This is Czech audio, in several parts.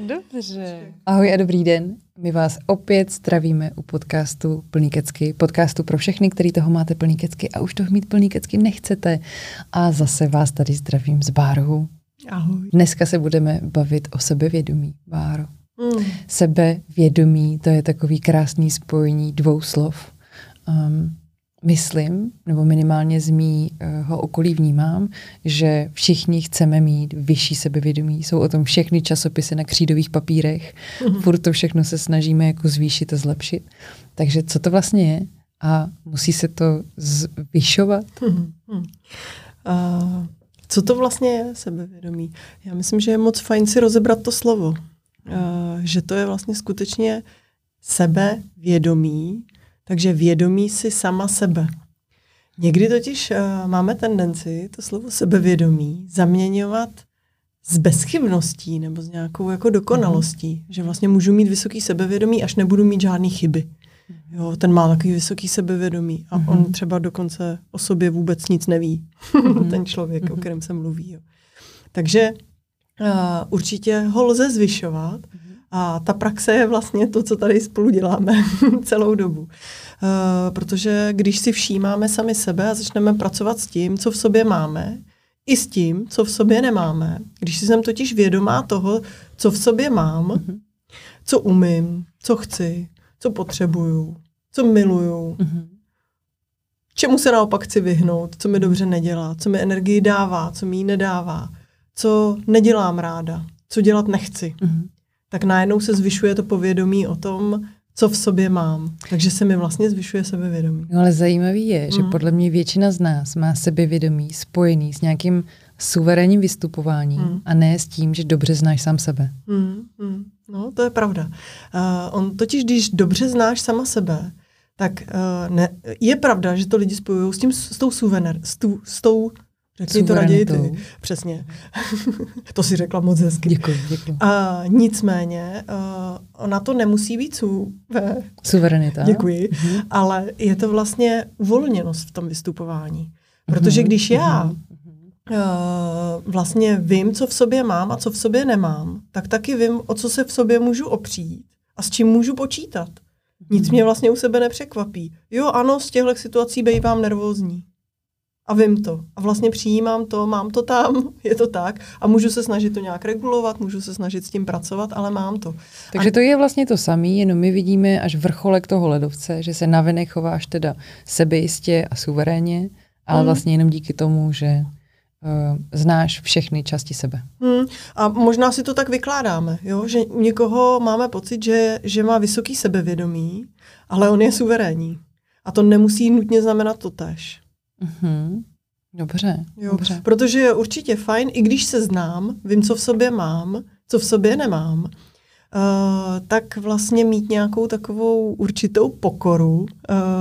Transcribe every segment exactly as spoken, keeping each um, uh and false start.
Dobře. Ahoj a dobrý den. My vás opět zdravíme u podcastu Plný kecky. Podcastu pro všechny, který toho máte plný kecky a už toho mít plný kecky nechcete. A zase vás tady zdravím z Bárou. Ahoj. Dneska se budeme bavit o sebevědomí, Báro. Mm. Sebevědomí, to je takový krásný spojení dvou slov. Um, myslím, nebo minimálně z mýho okolí vnímám, že všichni chceme mít vyšší sebevědomí. Jsou o tom všechny časopisy na křídových papírech. Mm. Furt to všechno se snažíme jako zvýšit a zlepšit. Takže co to vlastně je? A musí se to zvyšovat? Mm. Mm. Uh, co to vlastně je sebevědomí? Já myslím, že je moc fajn si rozebrat to slovo. Uh, že to je vlastně skutečně sebevědomí, takže vědomí si sama sebe. Někdy totiž uh, máme tendenci to slovo sebevědomí zaměňovat s bezchybností nebo s nějakou jako dokonalostí, mm. že vlastně můžu mít vysoký sebevědomí, až nebudu mít žádný chyby. Jo, ten má takový vysoký sebevědomí a mm. on třeba dokonce o sobě vůbec nic neví, mm. ten člověk, mm. o kterém se mluví. Jo. Takže uh, určitě ho lze zvyšovat, mm. a ta praxe je vlastně to, co tady spolu děláme celou dobu. Uh, protože když si všímáme sami sebe a začneme pracovat s tím, co v sobě máme, i s tím, co v sobě nemáme, když si jsem totiž vědomá toho, co v sobě mám, mm-hmm. co umím, co chci, co potřebuju, co miluju, mm-hmm. čemu se naopak chci vyhnout, co mi dobře nedělá, co mi energii dává, co mi ji nedává, co nedělám ráda, co dělat nechci. Mm-hmm. Tak najednou se zvyšuje to povědomí o tom, co v sobě mám. Takže se mi vlastně zvyšuje sebevědomí. No ale zajímavý je, mm. že podle mě většina z nás má sebevědomí spojený s nějakým suverénním vystupováním mm. a ne s tím, že dobře znáš sám sebe. Mm. Mm. No, to je pravda. Uh, on totiž, když dobře znáš sama sebe, tak uh, ne, je pravda, že to lidi spojují s tím, s tou suvener, s, tu, s tou řekni to raději ty. Přesně. To si řekla moc hezky. Děkuji, děkuji. Uh, nicméně, uh, ona to nemusí být suve. Suverenita. Děkuji. Uh-huh. Ale je to vlastně uvolněnost v tom vystupování. Protože uh-huh. když já uh, vlastně vím, co v sobě mám a co v sobě nemám, tak taky vím, o co se v sobě můžu opřít a s čím můžu počítat. Nic mě vlastně u sebe nepřekvapí. Jo, ano, z těchto situací bývám nervózní. A vím to. A vlastně přijímám to, mám to tam, je to tak. A můžu se snažit to nějak regulovat, můžu se snažit s tím pracovat, ale mám to. Takže a... to je vlastně to samé, jenom my vidíme až vrcholek toho ledovce, že se navenek chováš teda sebejistě a suverénně, ale hmm. vlastně jenom díky tomu, že uh, znáš všechny části sebe. Hmm. A možná si to tak vykládáme, jo? Že u někoho máme pocit, že, že má vysoký sebevědomí, ale on je suverénní. A to nemusí nutně znamenat totéž. Mm-hmm. Dobře, jo, dobře. Protože je určitě fajn, i když se znám, vím, co v sobě mám, co v sobě nemám, uh, tak vlastně mít nějakou takovou určitou pokoru uh,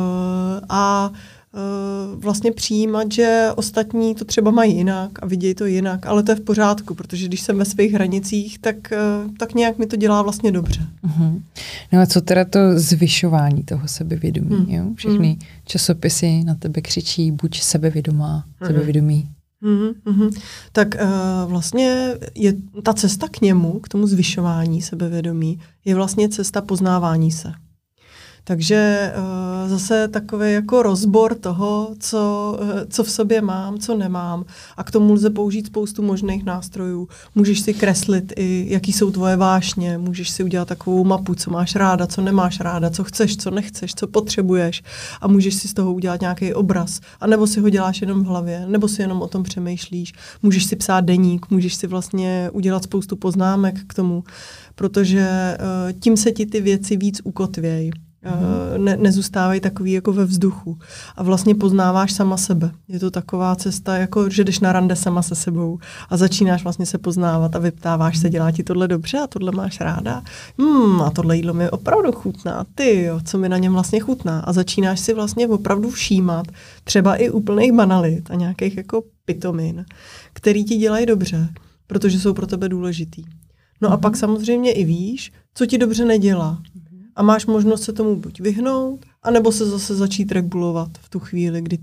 a uh, vlastně přijímat, že ostatní to třeba mají jinak a vidějí to jinak, ale to je v pořádku, protože když jsem ve svých hranicích, tak, uh, tak nějak mi to dělá vlastně dobře. Mm-hmm. No a co teda to zvyšování toho sebevědomí? Mm. Jo? Všechny mm. časopisy na tebe křičí, buď sebevědomá, mm. sebevědomí. Mm-hmm. Tak uh, vlastně je ta cesta k němu, k tomu zvyšování sebevědomí, je vlastně cesta poznávání se. Takže uh, zase takový jako rozbor toho, co, uh, co v sobě mám, co nemám. A k tomu lze použít spoustu možných nástrojů. Můžeš si kreslit i, jaký jsou tvoje vášně, můžeš si udělat takovou mapu, co máš ráda, co nemáš ráda, co chceš, co nechceš, co potřebuješ. A můžeš si z toho udělat nějaký obraz. A nebo si ho děláš jenom v hlavě, nebo si jenom o tom přemýšlíš. Můžeš si psát deník, můžeš si vlastně udělat spoustu poznámek k tomu, protože uh, tím se ti ty věci víc ukotvějí. Ne, nezůstávají takový jako ve vzduchu. A vlastně poznáváš sama sebe. Je to taková cesta, jako že jdeš na rande sama se sebou a začínáš vlastně se poznávat a vyptáváš se, dělá ti tohle dobře a tohle máš ráda. Hmm, a tohle jídlo mi opravdu chutná. Ty jo, co mi na něm vlastně chutná. A začínáš si vlastně opravdu všímat třeba i úplných banalit a nějakých jako pitomin, který ti dělají dobře, protože jsou pro tebe důležitý. No mm-hmm. a pak samozřejmě i víš, co ti dobře nedělá. A máš možnost se tomu buď vyhnout, anebo se zase začít regulovat v tu chvíli, kdy tam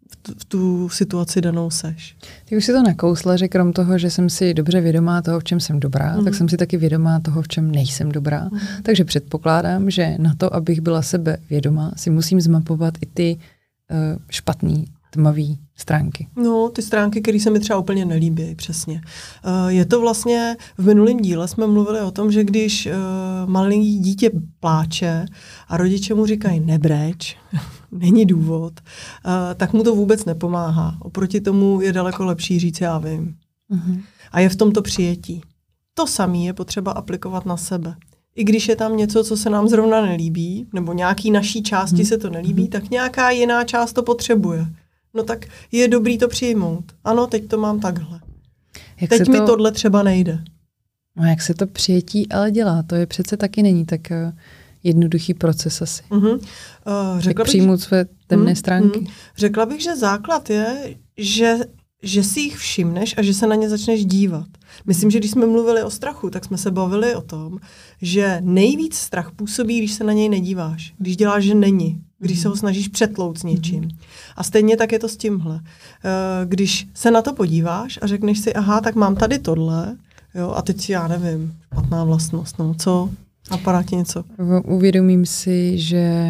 v tu, v tu situaci danou seš. Ty už si to nakousla, že krom toho, že jsem si dobře vědomá toho, v čem jsem dobrá, mm. tak jsem si taky vědomá toho, v čem nejsem dobrá. Mm. Takže předpokládám, že na to, abych byla sebe vědomá, si musím zmapovat i ty uh, špatný, tmavý stránky. No, ty stránky, které se mi třeba úplně nelíbí, přesně. Uh, je to vlastně, v minulém díle jsme mluvili o tom, že když uh, malé dítě pláče a rodiče mu říkají nebreč, není důvod, uh, tak mu to vůbec nepomáhá. Oproti tomu je daleko lepší říct já vím. Uh-huh. A je v tomto přijetí. To samé je potřeba aplikovat na sebe. I když je tam něco, co se nám zrovna nelíbí, nebo nějaký naší části uh-huh. se to nelíbí, uh-huh. tak nějaká jiná část to potřebuje. No tak je dobrý to přijmout. Ano, teď to mám takhle. Jak teď mi to... tohle třeba nejde. No jak se to přijetí ale dělá? To je přece taky není tak uh, jednoduchý proces asi. Uh-huh. Uh, řekla bych, přijmout své temné uh, stránky. Uh, řekla bych, že základ je, že, že si jich všimneš a že se na ně začneš dívat. Myslím, že když jsme mluvili o strachu, tak jsme se bavili o tom, že nejvíc strach působí, když se na něj nedíváš. Když děláš, že není. Když se ho snažíš přetlout s něčím. A stejně tak je to s tímhle. Když se na to podíváš a řekneš si, aha, tak mám tady tohle, jo, a teď já nevím, špatná vlastnost, no, co? Napadá ti něco? Uvědomím si, že...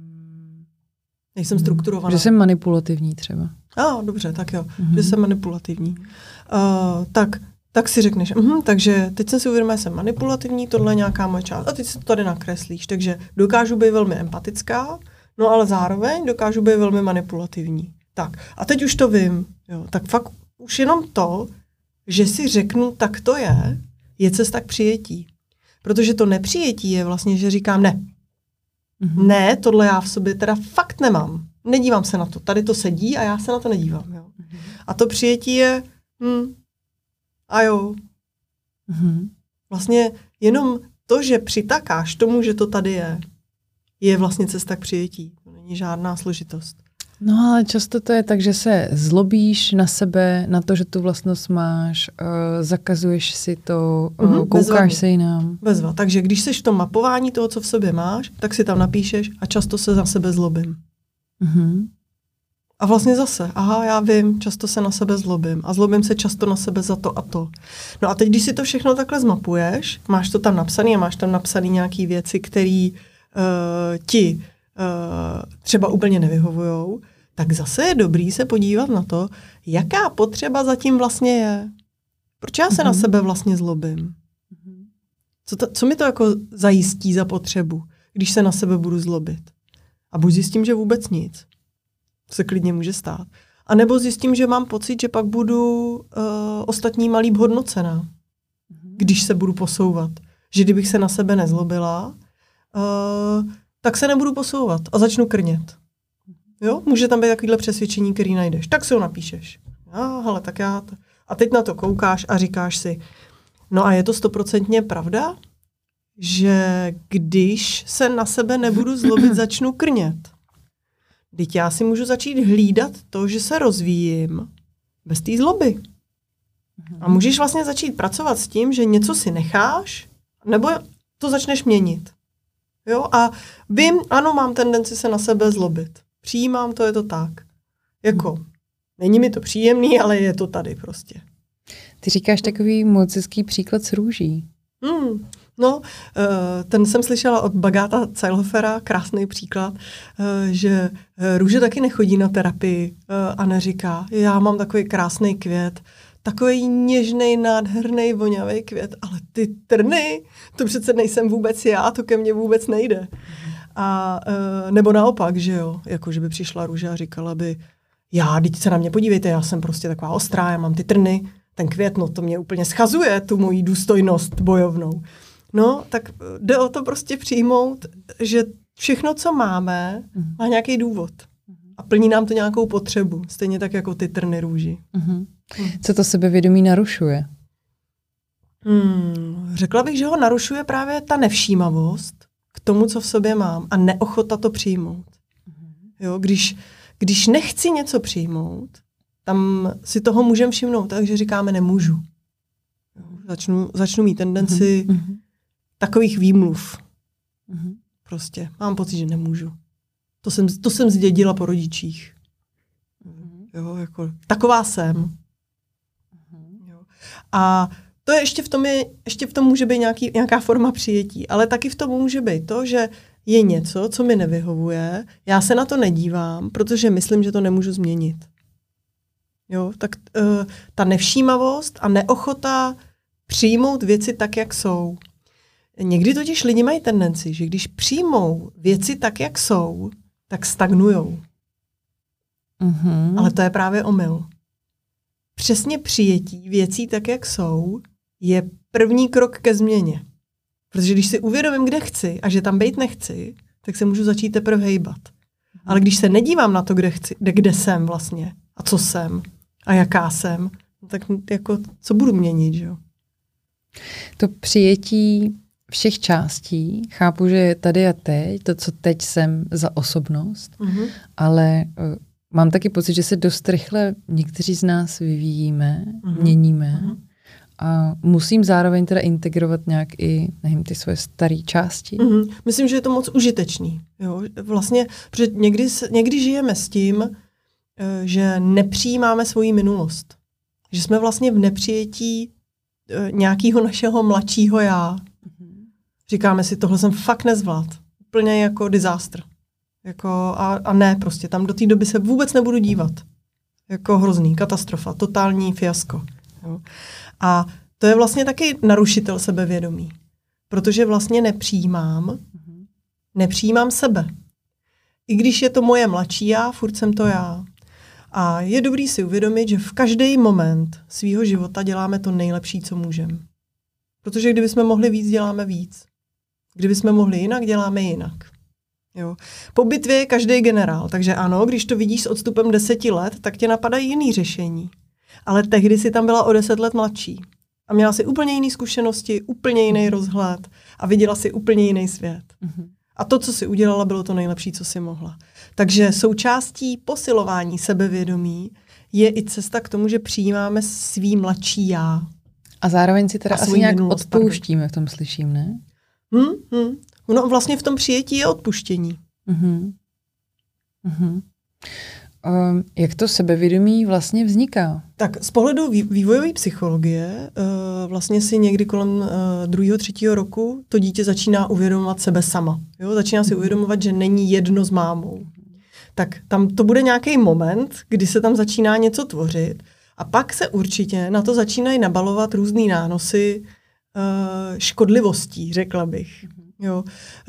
Nejsem strukturovaná. Že jsem manipulativní třeba. A, ah, dobře, tak jo, mm-hmm. že jsem manipulativní. Uh, tak, tak si řekneš, uh, takže teď jsem si uvědomila, že jsem manipulativní, tohle je nějaká moje část. A teď si to tady nakreslíš. Takže dokážu být velmi empatická, no ale zároveň dokážu být velmi manipulativní. Tak, a teď už to vím. Jo, tak fakt už jenom to, že si řeknu, tak to je, je cesta k přijetí. Protože to nepřijetí je vlastně, že říkám ne. Mm-hmm. Ne, tohle já v sobě teda fakt nemám. Nedívám se na to. Tady to sedí a já se na to nedívám. Jo. Mm-hmm. A to přijetí je hm, a jo. Mm-hmm. Vlastně jenom to, že přitakáš tomu, že to tady je, je vlastně cesta k přijetí. To není žádná složitost. No ale často to je tak, že se zlobíš na sebe, na to, že tu vlastnost máš, uh, zakazuješ si to, uh, mm-hmm, koukáš se jinam. Bezva. Takže když seš v tom mapování toho, co v sobě máš, tak si tam napíšeš a často se na sebe zlobím. Mm-hmm. A vlastně zase, aha, já vím, často se na sebe zlobím a zlobím se často na sebe za to a to. No a teď, když si to všechno takhle zmapuješ, máš to tam napsané a máš tam napsané nějaké věci, které uh, ti Uh, třeba úplně nevyhovujou, tak zase je dobrý se podívat na to, jaká potřeba zatím vlastně je. Proč já se mm-hmm. na sebe vlastně zlobím? Co, to, co mi to jako zajistí za potřebu, když se na sebe budu zlobit? A buď zjistím, že vůbec nic. To se klidně může stát. A nebo zjistím, že mám pocit, že pak budu uh, ostatníma líp hodnocená, mm-hmm. když se budu posouvat. Že kdybych se na sebe nezlobila, uh, tak se nebudu posouvat a začnu krnět. Jo? Může tam být takovýhle přesvědčení, který najdeš. Tak si ho napíšeš. A, hele, tak já to... A teď na to koukáš a říkáš si, no a je to stoprocentně pravda, že když se na sebe nebudu zlobit, začnu krnět. Teď já si můžu začít hlídat to, že se rozvíjím bez té zloby. A můžeš vlastně začít pracovat s tím, že něco si necháš, nebo to začneš měnit. Jo, a vím, ano, mám tendenci se na sebe zlobit. Přijímám to, je to tak. Jako, není mi to příjemný, ale je to tady prostě. Ty říkáš takový moc hezký příklad s růží. Hmm, no, ten jsem slyšela od Bagáta Zeilhofera, krásný příklad, že růže taky nechodí na terapii a neříká, já mám takový krásný květ, takový něžnej, nádherný, vonavý květ, ale ty trny, to přece nejsem vůbec já, to ke mně vůbec nejde. A nebo naopak, že jo, jako že by přišla růže a říkala by, já, teď se na mě podívejte, já jsem prostě taková ostrá, já mám ty trny, ten květ, no to mě úplně schazuje, tu moji důstojnost bojovnou. No, tak jde o to prostě přijmout, že všechno, co máme, má nějaký důvod. A plní nám to nějakou potřebu, stejně tak jako ty trny růži. Mm-hmm. Co to sebevědomí narušuje? Hmm, řekla bych, že ho narušuje právě ta nevšímavost k tomu, co v sobě mám a neochota to přijmout. Jo, když, když nechci něco přijmout, tam si toho můžeme všimnout, takže říkáme nemůžu. Jo, začnu, začnu mít tendenci mm-hmm. takových výmluv. Mm-hmm. Prostě mám pocit, že nemůžu. To jsem, to jsem zdědila po rodičích. Jo, jako, taková jsem. Mm-hmm. Jo. A to je ještě v tom, je, ještě v tom může být nějaký, nějaká forma přijetí, ale taky v tom může být to, že je něco, co mi nevyhovuje, já se na to nedívám, protože myslím, že to nemůžu změnit. Jo, tak uh, ta nevšímavost a neochota přijmout věci tak, jak jsou. Někdy totiž lidi mají tendenci, že když přijmou věci tak, jak jsou, tak stagnujou. Mm-hmm. Ale to je právě omyl. Přesně přijetí věcí tak, jak jsou, je první krok ke změně. Protože když si uvědomím, kde chci a že tam být nechci, tak se můžu začít teprve hejbat. Ale když se nedívám na to, kde chci, kde, kde jsem vlastně a co jsem a jaká jsem, tak jako co budu měnit, že jo? To přijetí všech částí, chápu, že je tady a teď, to, co teď jsem za osobnost, mm-hmm. ale uh, mám taky pocit, že se dost rychle někteří z nás vyvíjíme, mm-hmm. měníme mm-hmm. a musím zároveň teda integrovat nějak i, nevím, ty svoje staré části. Mm-hmm. Myslím, že je to moc užitečný. Jo? Vlastně, protože někdy, někdy žijeme s tím, že nepřijímáme svoji minulost. Že jsme vlastně v nepřijetí nějakého našeho mladšího já. Mm-hmm. Říkáme si, tohle jsem fakt nezvlád. Úplně jako disaster. Jako a, a ne, prostě tam do té doby se vůbec nebudu dívat. Jako hrozný, katastrofa, totální fiasko. Jo. A to je vlastně taky narušitel sebevědomí. Protože vlastně nepřijímám, nepřijímám sebe. I když je to moje mladší já, furt jsem to já. A je dobrý si uvědomit, že v každý moment svýho života děláme to nejlepší, co můžeme. Protože kdybychom mohli víc, děláme víc. Kdybychom mohli jinak, děláme jinak. Jo. Po bitvě je každý generál, takže ano, když to vidíš s odstupem deseti let, tak tě napadají jiný řešení. Ale tehdy si tam byla o deset let mladší. A měla si úplně jiné zkušenosti, úplně jiný rozhled a viděla si úplně jiný svět. Mm-hmm. A to, co si udělala, bylo to nejlepší, co si mohla. Takže součástí posilování sebevědomí je i cesta k tomu, že přijímáme svý mladší já. A zároveň si teda asi nějak odpouštíme, v tom slyším, ne? Hmm, hmm. No vlastně v tom přijetí je odpuštění. Uh-huh. Uh-huh. Um, jak to sebevědomí vlastně vzniká? Tak z pohledu vývojové psychologie uh, vlastně si někdy kolem uh, druhého, třetího roku to dítě začíná uvědomovat sebe sama. Jo? Začíná si uvědomovat, že není jedno s mámou. Tak tam to bude nějaký moment, kdy se tam začíná něco tvořit a pak se určitě na to začínají nabalovat různý nánosy uh, škodlivostí, řekla bych. Jo.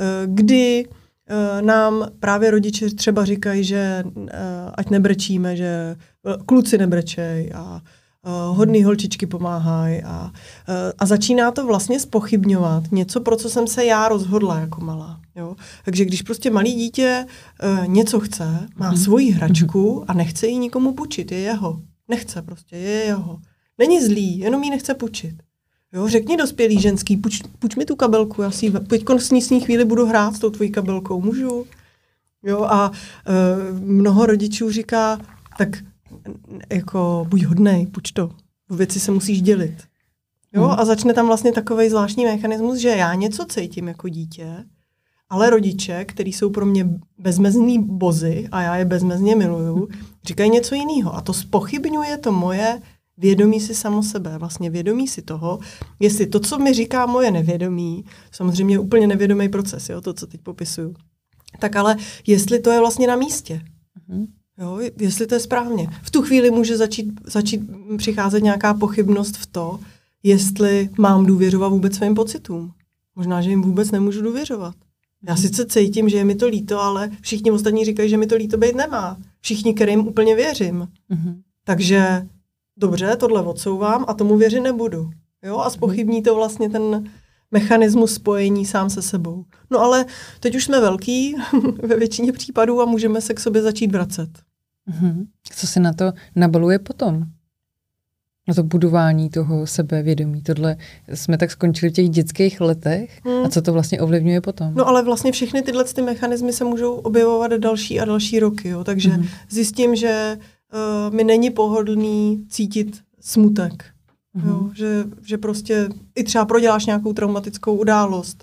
Kdy uh, nám právě rodiče třeba říkají, že uh, ať nebrečíme, že uh, kluci nebrečej a uh, hodný holčičky pomáhají a, uh, a začíná to vlastně zpochybňovat něco, pro co jsem se já rozhodla jako malá. Jo. Takže když prostě malý dítě uh, něco chce, má svoji hračku a nechce ji nikomu půjčit, je jeho. Nechce prostě, je jeho. Není zlý, jenom ji nechce půjčit. Jo, řekni dospělý ženský, puč, puč mi tu kabelku, já si teďko s ní s ní chvíli budu hrát s tou tvojí kabelkou, můžu? Jo, a e, mnoho rodičů říká, tak jako buď hodnej, puč to, v věci se musíš dělit. Jo, hmm. A začne tam vlastně takovej zvláštní mechanismus, že já něco cítím jako dítě, ale rodiče, který jsou pro mě bezmezný bozy a já je bezmezně miluju, říkají něco jiného a to zpochybňuje to moje vědomí si samo sebe, vlastně vědomí si toho, jestli to, co mi říká moje nevědomí, samozřejmě úplně nevědomý proces, jo, to, co teď popisuju, tak ale jestli to je vlastně na místě, mm-hmm. jo, jestli to je správně. V tu chvíli může začít, začít přicházet nějaká pochybnost v to, jestli mám důvěřovat vůbec svým pocitům. Možná, že jim vůbec nemůžu důvěřovat. Já sice cítím, že je mi to líto, ale všichni ostatní říkají, že mi to líto být nemá. Všichni, kterým úplně věřím. Mm-hmm. Takže dobře, tohle odsouvám a tomu věřit nebudu. Jo? A zpochybní to vlastně ten mechanismus spojení sám se sebou. No ale teď už jsme velký ve většině případů a můžeme se k sobě začít vracet. Mm-hmm. Co se na to nabaluje potom? Na to budování toho sebevědomí. Tohle jsme tak skončili v těch dětských letech. Hmm. A co to vlastně ovlivňuje potom? No ale vlastně všechny tyhle ty mechanismy se můžou objevovat další a další roky. Jo? Takže hmm. zjistím, že uh, mi není pohodlný cítit smutek. Hmm. Jo? Že, že prostě i třeba proděláš nějakou traumatickou událost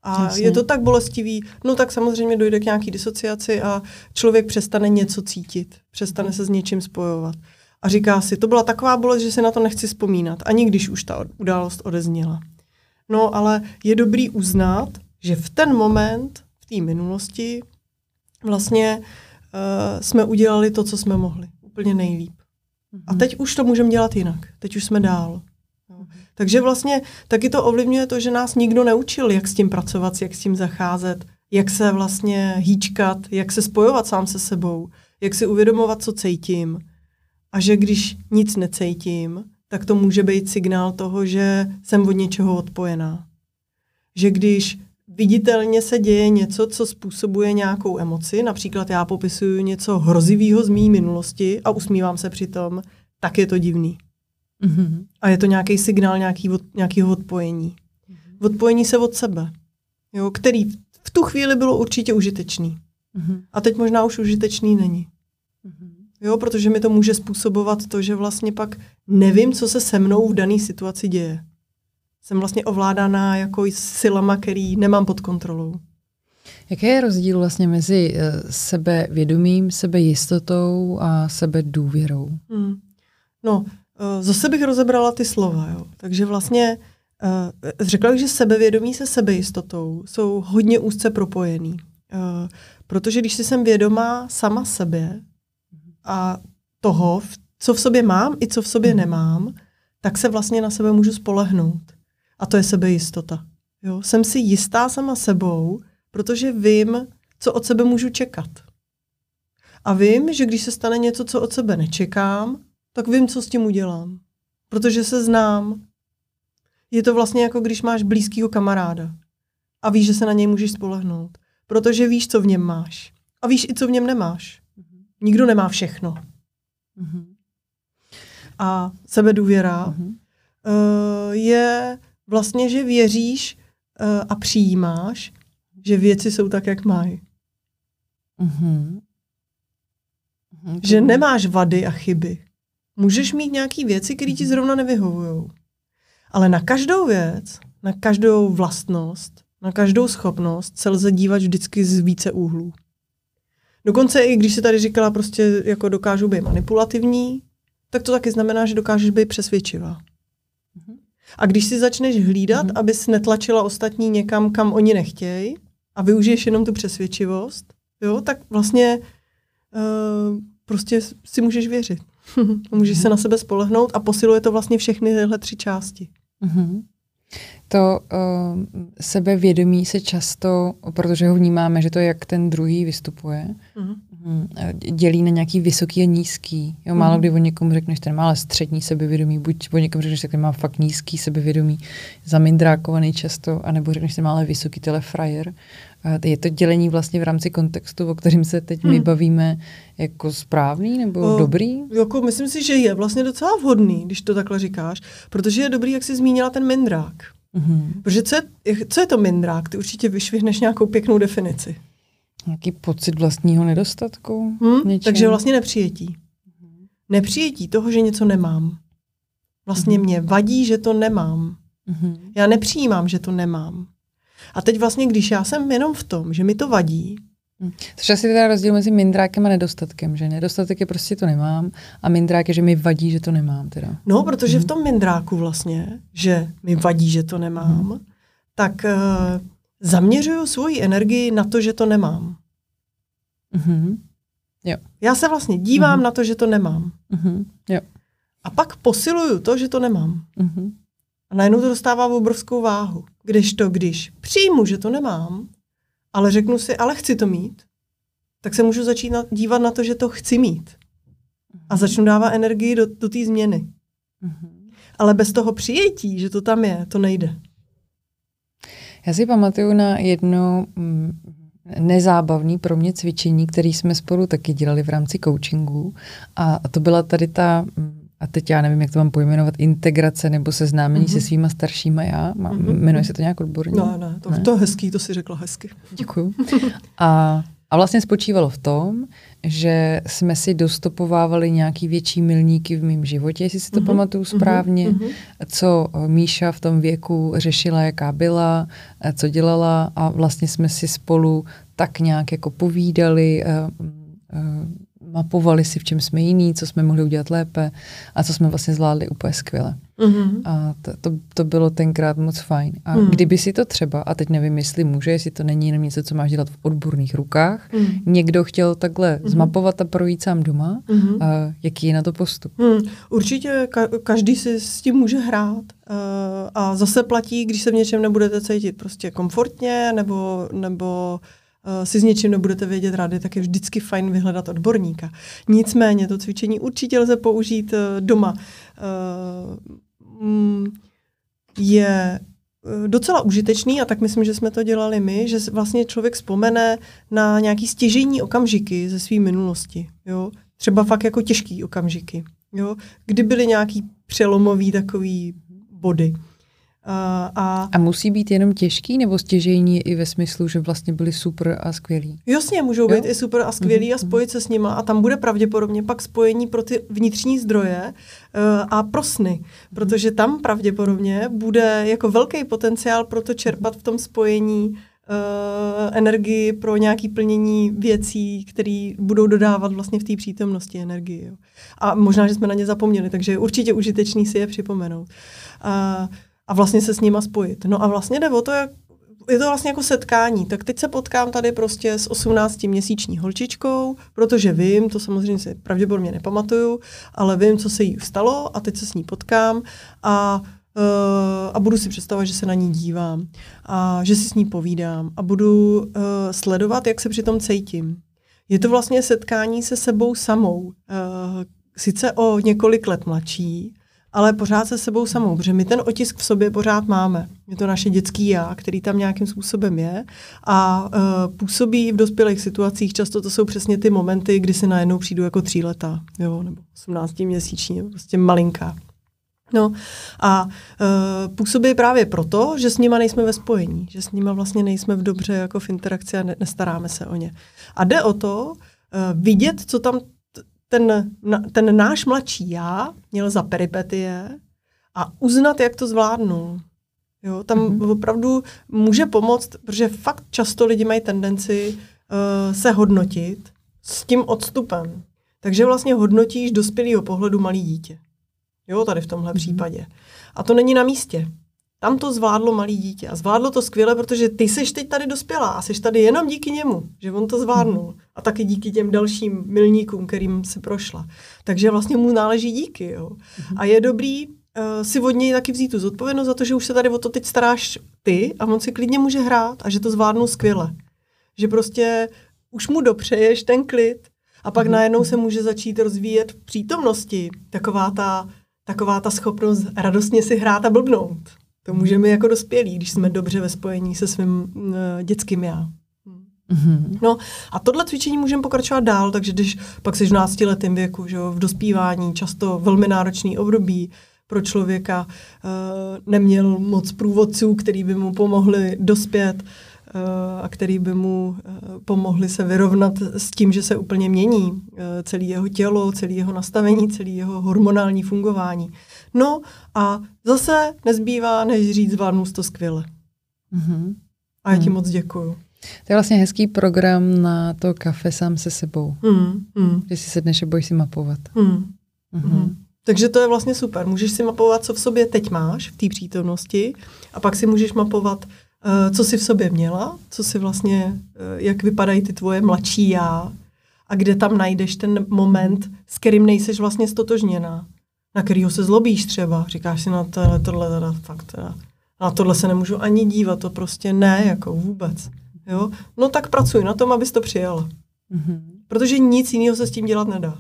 A Jasně. je to tak bolestivý, no tak samozřejmě dojde k nějaký disociaci a člověk přestane něco cítit, přestane se s něčím spojovat. A říká si, to byla taková bolest, že se na to nechci vzpomínat, ani když už ta událost odezněla. No ale je dobrý uznat, že v ten moment, v té minulosti, vlastně uh, jsme udělali to, co jsme mohli. Úplně nejlíp. Mm-hmm. A teď už to můžeme dělat jinak. Teď už jsme dál. No. Takže vlastně taky to ovlivňuje to, že nás nikdo neučil, jak s tím pracovat, jak s tím zacházet, jak se vlastně hýčkat, jak se spojovat sám se sebou, jak si uvědomovat, co cítím. A že když nic necítím, tak to může být signál toho, že jsem od něčeho odpojená. Že když viditelně se děje něco, co způsobuje nějakou emoci, například já popisuju něco hrozivého z mý minulosti a usmívám se přitom, tak je to divný. Mm-hmm. A je to nějaký signál nějaký od, nějakého odpojení. Mm-hmm. Odpojení se od sebe, jo, který v tu chvíli bylo určitě užitečný. Mm-hmm. A teď možná už užitečný není. Mm-hmm. Jo, protože mi to může způsobovat to, že vlastně pak nevím, co se se mnou v dané situaci děje. Jsem vlastně ovládaná jako silama, který nemám pod kontrolou. Jaký je rozdíl vlastně mezi uh, sebevědomím, sebejistotou a sebedůvěrou? Hmm. No, uh, zase bych rozebrala ty slova. Jo. Takže vlastně uh, řekla bych, že sebevědomí se sebejistotou jsou hodně úzce propojený. Uh, protože když si jsem vědomá sama sebe a toho, co v sobě mám i co v sobě nemám, tak se vlastně na sebe můžu spolehnout. A to je sebejistota. Jo? Jsem si jistá sama sebou, protože vím, co od sebe můžu čekat. A vím, že když se stane něco, co od sebe nečekám, tak vím, co s tím udělám. Protože se znám. Je to vlastně jako když máš blízkýho kamaráda a víš, že se na něj můžeš spolehnout. Protože víš, co v něm máš. A víš i, co v něm nemáš. Nikdo nemá všechno. Mm-hmm. A sebedůvěra mm-hmm. uh, je vlastně, že věříš uh, a přijímáš, že věci jsou tak, jak mají. Mm-hmm. Mm-hmm. Že nemáš vady a chyby. Můžeš mít nějaké věci, které ti zrovna nevyhovují. Ale na každou věc, na každou vlastnost, na každou schopnost se lze dívat vždycky z více úhlů. Dokonce i když si tady říkala, prostě jako dokážu být manipulativní, tak to taky znamená, že dokážeš být přesvědčivá. Mm-hmm. A když si začneš hlídat, mm-hmm. abys netlačila ostatní někam, kam oni nechtějí, a využiješ jenom tu přesvědčivost, jo, tak vlastně uh, prostě si můžeš věřit. Můžeš mm-hmm. se na sebe spolehnout a posiluje to vlastně všechny tyhle tři části. Mm-hmm. To uh, sebevědomí se často, protože ho vnímáme, že to jak ten druhý vystupuje, mm-hmm. dělí na nějaký vysoký a nízký. Jo, málo mm-hmm. kdy o někomu řekneš, ten má ale střední sebevědomí, buď o někomu řekneš, že ten má fakt nízký sebevědomí, zamindrákovaný často, anebo řekneš, že ten má ale vysoký telefrajer. Je to dělení vlastně v rámci kontextu, o kterým se teď hmm. my bavíme, jako správný nebo o, dobrý? Jako myslím si, že je vlastně docela vhodný, když to takhle říkáš, protože je dobrý, jak jsi zmínila ten mindrák. Mm-hmm. Protože co je, co je to mindrák? Ty určitě vyšvihneš nějakou pěknou definici. Nějaký pocit vlastního nedostatku? Hmm? Takže vlastně nepřijetí. Mm-hmm. Nepřijetí toho, že něco nemám. Vlastně mm-hmm. mě vadí, že to nemám. Mm-hmm. Já nepřijímám, že to nemám. A teď vlastně, když já jsem jenom v tom, že mi to vadí. Hmm. Což asi teda rozdíl mezi mindrákem a nedostatkem, že nedostatek je prostě to nemám a mindrák je, že mi vadí, že to nemám teda. No, protože hmm. v tom mindráku vlastně, že mi vadí, že to nemám, hmm. tak uh, zaměřuju svoji energii na to, že to nemám. Hmm. Jo. Já se vlastně dívám hmm. na to, že to nemám. Hmm. Jo. A pak posiluju to, že to nemám. Hmm. A najednou to dostává obrovskou váhu. Kdežto, když přijmu, že to nemám, ale řeknu si, ale chci to mít, tak se můžu začít na, dívat na to, že to chci mít. A začnu dávat energii do, do té změny. Mm-hmm. Ale bez toho přijetí, že to tam je, to nejde. Já si pamatuju na jedno mm, nezábavné pro mě cvičení, které jsme spolu taky dělali v rámci coachingu. A, a to byla tady ta... Mm, a teď já nevím, jak to mám pojmenovat, integrace nebo seznámení mm-hmm. se svýma staršíma já. Mám, mm-hmm. Jmenuje se to nějak odborně? No, ne, to, ne, to je hezký, to si řekla hezky. Děkuju. A, A vlastně spočívalo v tom, že jsme si dostopovávali nějaký větší milníky v mém životě, jestli si to uh-huh. pamatuju správně, uh-huh. co Míša v tom věku řešila, jaká byla, co dělala a vlastně jsme si spolu tak nějak jako povídali, uh, uh, mapovali si, v čem jsme jiný, co jsme mohli udělat lépe a co jsme vlastně zvládli úplně skvěle. Mm-hmm. A to, to, to bylo tenkrát moc fajn. A mm. kdyby si to třeba, a teď nevím, jestli může, jestli to není jenom něco, co máš dělat v odborných rukách, mm. někdo chtěl takhle mm-hmm. zmapovat a projít sám doma, mm-hmm. a jaký je na to postup? Mm. Určitě ka- každý si s tím může hrát. Uh, a zase platí, když se v něčem nebudete cítit prostě komfortně, nebo, nebo Uh, si s něčím nebudete vědět rady, tak je vždycky fajn vyhledat odborníka. Nicméně to cvičení určitě lze použít uh, doma. Uh, mm, je uh, docela užitečný a tak myslím, že jsme to dělali my, že vlastně člověk vzpomene na nějaký stěžejní okamžiky ze své minulosti. Jo? Třeba fakt jako těžký okamžiky. Jo? Kdy byly nějaký přelomový takový body. A, a, a musí být jenom těžký, nebo stěžejní i ve smyslu, že vlastně byli super a skvělí? Jasně, můžou být jo? i super a skvělí mm-hmm. a spojit se s nima a tam bude pravděpodobně pak spojení pro ty vnitřní zdroje uh, a pro sny, protože tam pravděpodobně bude jako velký potenciál pro to čerpat v tom spojení uh, energii pro nějaké plnění věcí, které budou dodávat vlastně v té přítomnosti energii. Jo? A možná, že jsme na ně zapomněli, takže je určitě užitečný si je připomenout. Uh, A vlastně se s nima spojit. No a vlastně jde o to, jak, je to vlastně jako setkání. Tak teď se potkám tady prostě s osmnáctiměsíční holčičkou, protože vím, to samozřejmě si pravděpodobně nepamatuju, ale vím, co se jí stalo a teď se s ní potkám a, uh, a budu si představovat, že se na ní dívám a že si s ní povídám a budu uh, sledovat, jak se při tom cítím. Je to vlastně setkání se sebou samou. Uh, sice o několik let mladší, ale pořád se sebou samou, protože my ten otisk v sobě pořád máme. Je to naše dětský já, který tam nějakým způsobem je a uh, působí v dospělých situacích. Často to jsou přesně ty momenty, kdy si najednou přijdu jako tříletá, jo, nebo osmnáctiměsíční, prostě malinká. No a uh, působí právě proto, že s nima nejsme ve spojení, že s nima vlastně nejsme v dobře jako v interakci a ne, nestaráme se o ně. A jde o to uh, vidět, co tam Ten, ten náš mladší já měl za peripetie a uznat, jak to zvládnul. Jo, tam mm-hmm. opravdu může pomoct, protože fakt často lidi mají tendenci uh, se hodnotit s tím odstupem. Takže vlastně hodnotíš dospělého pohledu malý dítě. Jo, tady v tomhle mm-hmm. případě. A to není na místě. Tam to zvládlo malý dítě. A zvládlo to skvěle, protože ty seš teď tady dospělá a seš tady jenom díky němu, že on to zvládnul. A taky díky těm dalším milníkům, kterým se prošla. Takže vlastně mu náleží díky. Jo. A je dobrý uh, si od něj taky vzít tu zodpovědnost za to, že už se tady o to teď staráš ty a on si klidně může hrát a že to zvládnul skvěle. Že prostě už mu dopřeješ ten klid a pak najednou se může začít rozvíjet v přítomnosti taková ta, taková ta schopnost radostně si hrát a blbnout. To můžeme jako dospělí, když jsme dobře ve spojení se svým uh, dětským já. Mm-hmm. No a tohle cvičení můžeme pokračovat dál, takže když pak jsi v náctiletém věku, že jo, v dospívání, často velmi náročný období pro člověka, uh, neměl moc průvodců, který by mu pomohli dospět uh, a který by mu uh, pomohli se vyrovnat s tím, že se úplně mění uh, celé jeho tělo, celé jeho nastavení, celé jeho hormonální fungování. No a zase nezbývá, než říct, zvládnu to skvěle. Mm-hmm. A já ti mm. moc děkuju. To je vlastně hezký program na to kafe sám se sebou. Mm, mm. Že si sedneš a budeš si mapovat. Mm. Mm-hmm. Mm. Takže to je vlastně super. Můžeš si mapovat, co v sobě teď máš v té přítomnosti a pak si můžeš mapovat, uh, co jsi v sobě měla, co si vlastně, uh, jak vypadají ty tvoje mladší já a kde tam najdeš ten moment, s kterým nejseš vlastně stotožněná. Na kterýho se zlobíš třeba. Říkáš si na tohle, tohle teda, fakt teda. Na tohle se nemůžu ani dívat, to prostě ne, jako vůbec. Jo? No tak pracuj na tom, abys to přijala. Mm-hmm. Protože nic jiného se s tím dělat nedá.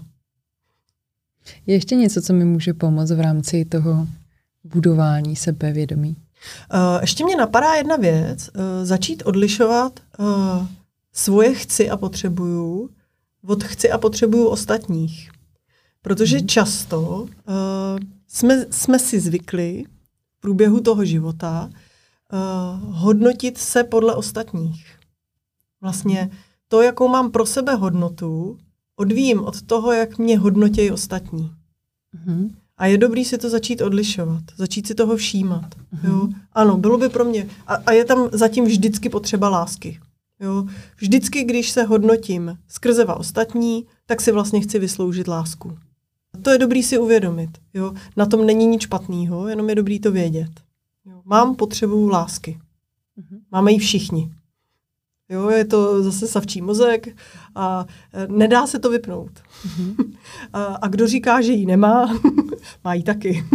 Je ještě něco, co mi může pomoct v rámci toho budování sebevědomí? Uh, ještě mě napadá jedna věc. Uh, začít odlišovat uh, svoje chci a potřebuju od chci a potřebuju ostatních. Protože hmm. často uh, jsme, jsme si zvykli v průběhu toho života uh, hodnotit se podle ostatních. Vlastně to, jakou mám pro sebe hodnotu, odvíjím od toho, jak mě hodnotějí ostatní. Mm-hmm. A je dobrý si to začít odlišovat, začít si toho všímat. Mm-hmm. Jo? Ano, bylo by pro mě. A, a je tam zatím vždycky potřeba lásky. Jo? Vždycky, když se hodnotím skrze ostatní, tak si vlastně chci vysloužit lásku. To je dobrý si uvědomit. Jo? Na tom není nic špatného, jenom je dobrý to vědět. Jo? Mám potřebu lásky. Mm-hmm. Máme ji všichni. Jo, je to zase savčí mozek a nedá se to vypnout. Mm-hmm. a, a kdo říká, že ji nemá, má ji taky.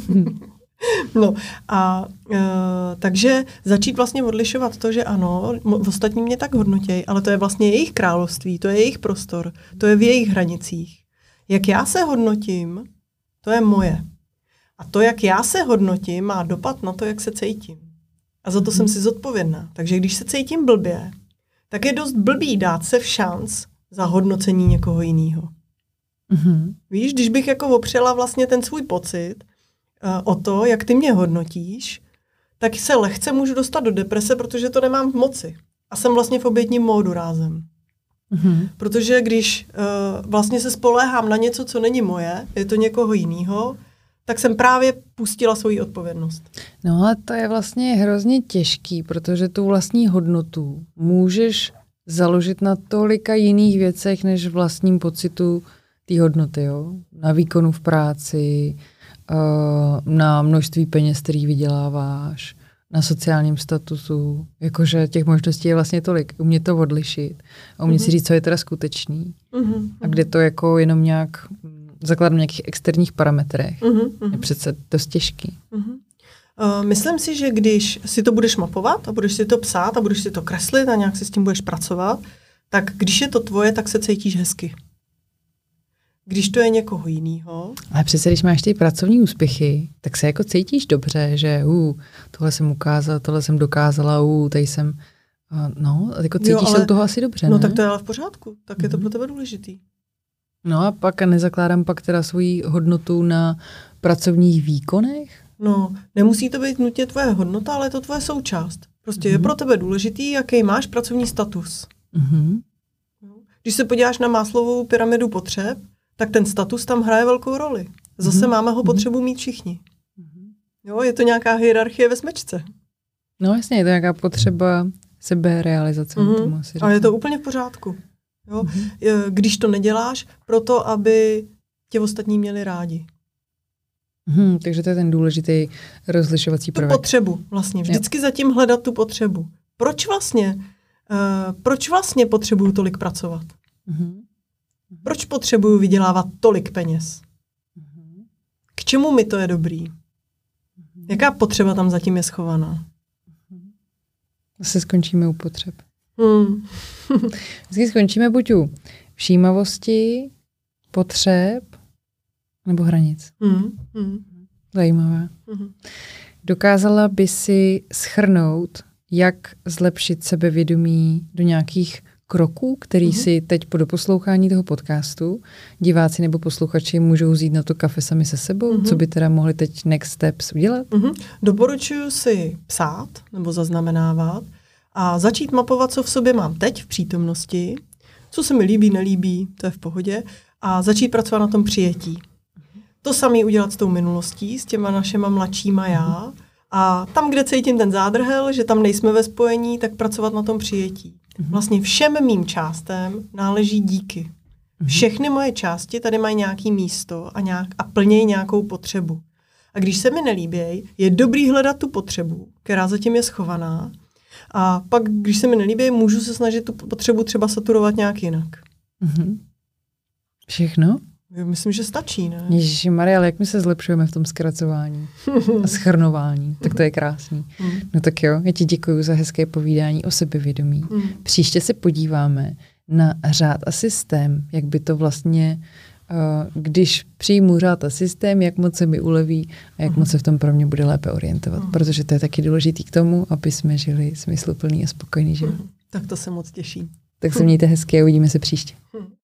no a e, takže začít vlastně odlišovat to, že ano, ostatní mě tak hodnotějí, ale to je vlastně jejich království, to je jejich prostor, to je v jejich hranicích. Jak já se hodnotím, to je moje. A to, jak já se hodnotím, má dopad na to, jak se cítím. A za to mm-hmm. jsem si zodpovědná. Takže když se cítím blbě, tak je dost blbý dát se v šanc za hodnocení někoho jiného. Mm-hmm. Víš, když bych jako opřela vlastně ten svůj pocit uh, o to, jak ty mě hodnotíš, tak se lehce můžu dostat do deprese, protože to nemám v moci. A jsem vlastně v obětním módu rázem. Mm-hmm. Protože když uh, vlastně se spoléhám na něco, co není moje, je to někoho jiného, tak jsem právě pustila svoji odpovědnost. No ale to je vlastně hrozně těžký, protože tu vlastní hodnotu můžeš založit na tolika jiných věcech, než vlastním pocitu té hodnoty. Jo? Na výkonu v práci, na množství peněz, který vyděláváš, na sociálním statusu. Jakože těch možností je vlastně tolik. Umět to odlišit a umět mm-hmm. si říct, co je teda skutečný. Mm-hmm. A kde to jako jenom nějak zakladám na nějakých externích parametrech. Uh-huh, je přece dost těžký. Uh-huh. Uh, myslím si, že když si to budeš mapovat a budeš si to psát a budeš si to kreslit a nějak si s tím budeš pracovat, tak když je to tvoje, tak se cítíš hezky. Když to je někoho jiného. Ale přece, když máš ty pracovní úspěchy, tak se jako cítíš dobře, že uh, tohle jsem ukázala, tohle jsem dokázala, uh, tady jsem, uh, no, jako cítíš jo, ale, se u toho asi dobře, No ne? tak to je ale v pořádku, tak uh-huh. je to pro tebe důležitý. No a pak nezakládám pak teda svoji hodnotu na pracovních výkonech? No, nemusí to být nutně tvoje hodnota, ale je to tvoje součást. Prostě mm-hmm. je pro tebe důležitý, jaký máš pracovní status. Mm-hmm. Když se podíváš na Maslowovou pyramidu potřeb, tak ten status tam hraje velkou roli. Zase mm-hmm. máme ho potřebu mít všichni. Mm-hmm. Jo, je to nějaká hierarchie ve smečce. No jasně, je to nějaká potřeba seberealizace. Mm-hmm. A je to úplně v pořádku. Jo? Mm-hmm. Když to neděláš, proto, aby tě ostatní měli rádi. Mm, takže to je ten důležitý rozlišovací prvek. Tu potřebu vlastně. Vždycky jo. zatím hledat tu potřebu. Proč vlastně, uh, proč vlastně potřebuju tolik pracovat? Mm-hmm. Proč potřebuju vydělávat tolik peněz? Mm-hmm. K čemu mi to je dobrý? Mm-hmm. Jaká potřeba tam zatím je schovaná? Zase skončíme u potřeb. Hmm. Vždycky skončíme buď u všímavosti, potřeb nebo hranic. Hmm. Hmm. Zajímavé. Hmm. Dokázala by si shrnout, jak zlepšit sebevědomí do nějakých kroků, který hmm. si teď po doposlouchání toho podcastu diváci nebo posluchači můžou vzít na to kafe sami se sebou? Hmm. Co by teda mohli teď next steps udělat? Hmm. Doporučuji si psát nebo zaznamenávat a začít mapovat, co v sobě mám teď v přítomnosti, co se mi líbí, nelíbí, to je v pohodě, a začít pracovat na tom přijetí. To samé udělat s tou minulostí, s těma našima mladšíma já. A tam, kde cítím ten zádrhel, že tam nejsme ve spojení, tak pracovat na tom přijetí. Vlastně všem mým částem náleží díky. Všechny moje části tady mají nějaké místo a, nějak, a plnějí nějakou potřebu. A když se mi nelíbí, je dobrý hledat tu potřebu, která zatím je schovaná. A pak, když se mi nelíbí, můžu se snažit tu potřebu třeba saturovat nějak jinak. Mm-hmm. Všechno? Já myslím, že stačí, ne? Ježišmarja, ale jak my se zlepšujeme v tom zkracování a schrnování, tak to je krásný. Mm. No tak jo, já ti děkuju za hezké povídání o sebevědomí. Mm. Příště se podíváme na řád a systém, jak by to vlastně, uh, když přijmu řád a systém, jak moc se mi uleví a jak mm. moc se v tom pro mě bude lépe orientovat. Mm. Protože to je taky důležitý k tomu, aby jsme žili smysluplný a spokojený život. Mm. Tak to se moc těší. Tak se mějte hezky a uvidíme se příště. Mm.